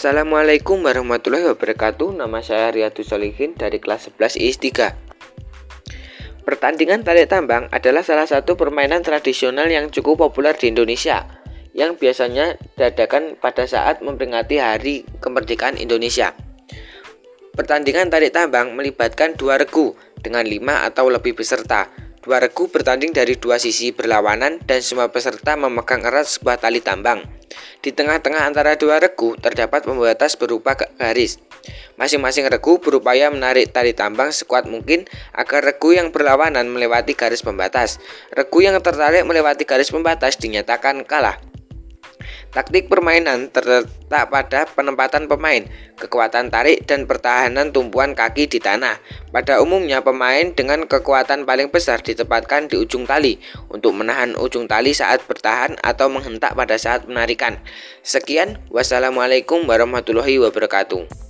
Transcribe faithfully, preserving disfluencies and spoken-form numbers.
Assalamualaikum warahmatullahi wabarakatuh. Nama saya Riyadus Solihin dari kelas sebelas I S tiga. Pertandingan tarik tambang adalah salah satu permainan tradisional yang cukup populer di Indonesia, yang biasanya diadakan pada saat memperingati Hari Kemerdekaan Indonesia. Pertandingan tarik tambang melibatkan dua regu dengan lima atau lebih peserta. Dua regu bertanding dari dua sisi berlawanan dan semua peserta memegang erat sebuah tali tambang. Di tengah-tengah antara dua regu terdapat pembatas berupa garis. Masing-masing regu berupaya menarik tali tambang sekuat mungkin agar regu yang berlawanan melewati garis pembatas. Regu yang tertarik melewati garis pembatas dinyatakan kalah. Taktik permainan terletak pada penempatan pemain, kekuatan tarik, dan pertahanan tumpuan kaki di tanah. Pada umumnya, pemain dengan kekuatan paling besar ditempatkan di ujung tali untuk menahan ujung tali saat bertahan atau menghentak pada saat menarikan. Sekian, wassalamualaikum warahmatullahi wabarakatuh.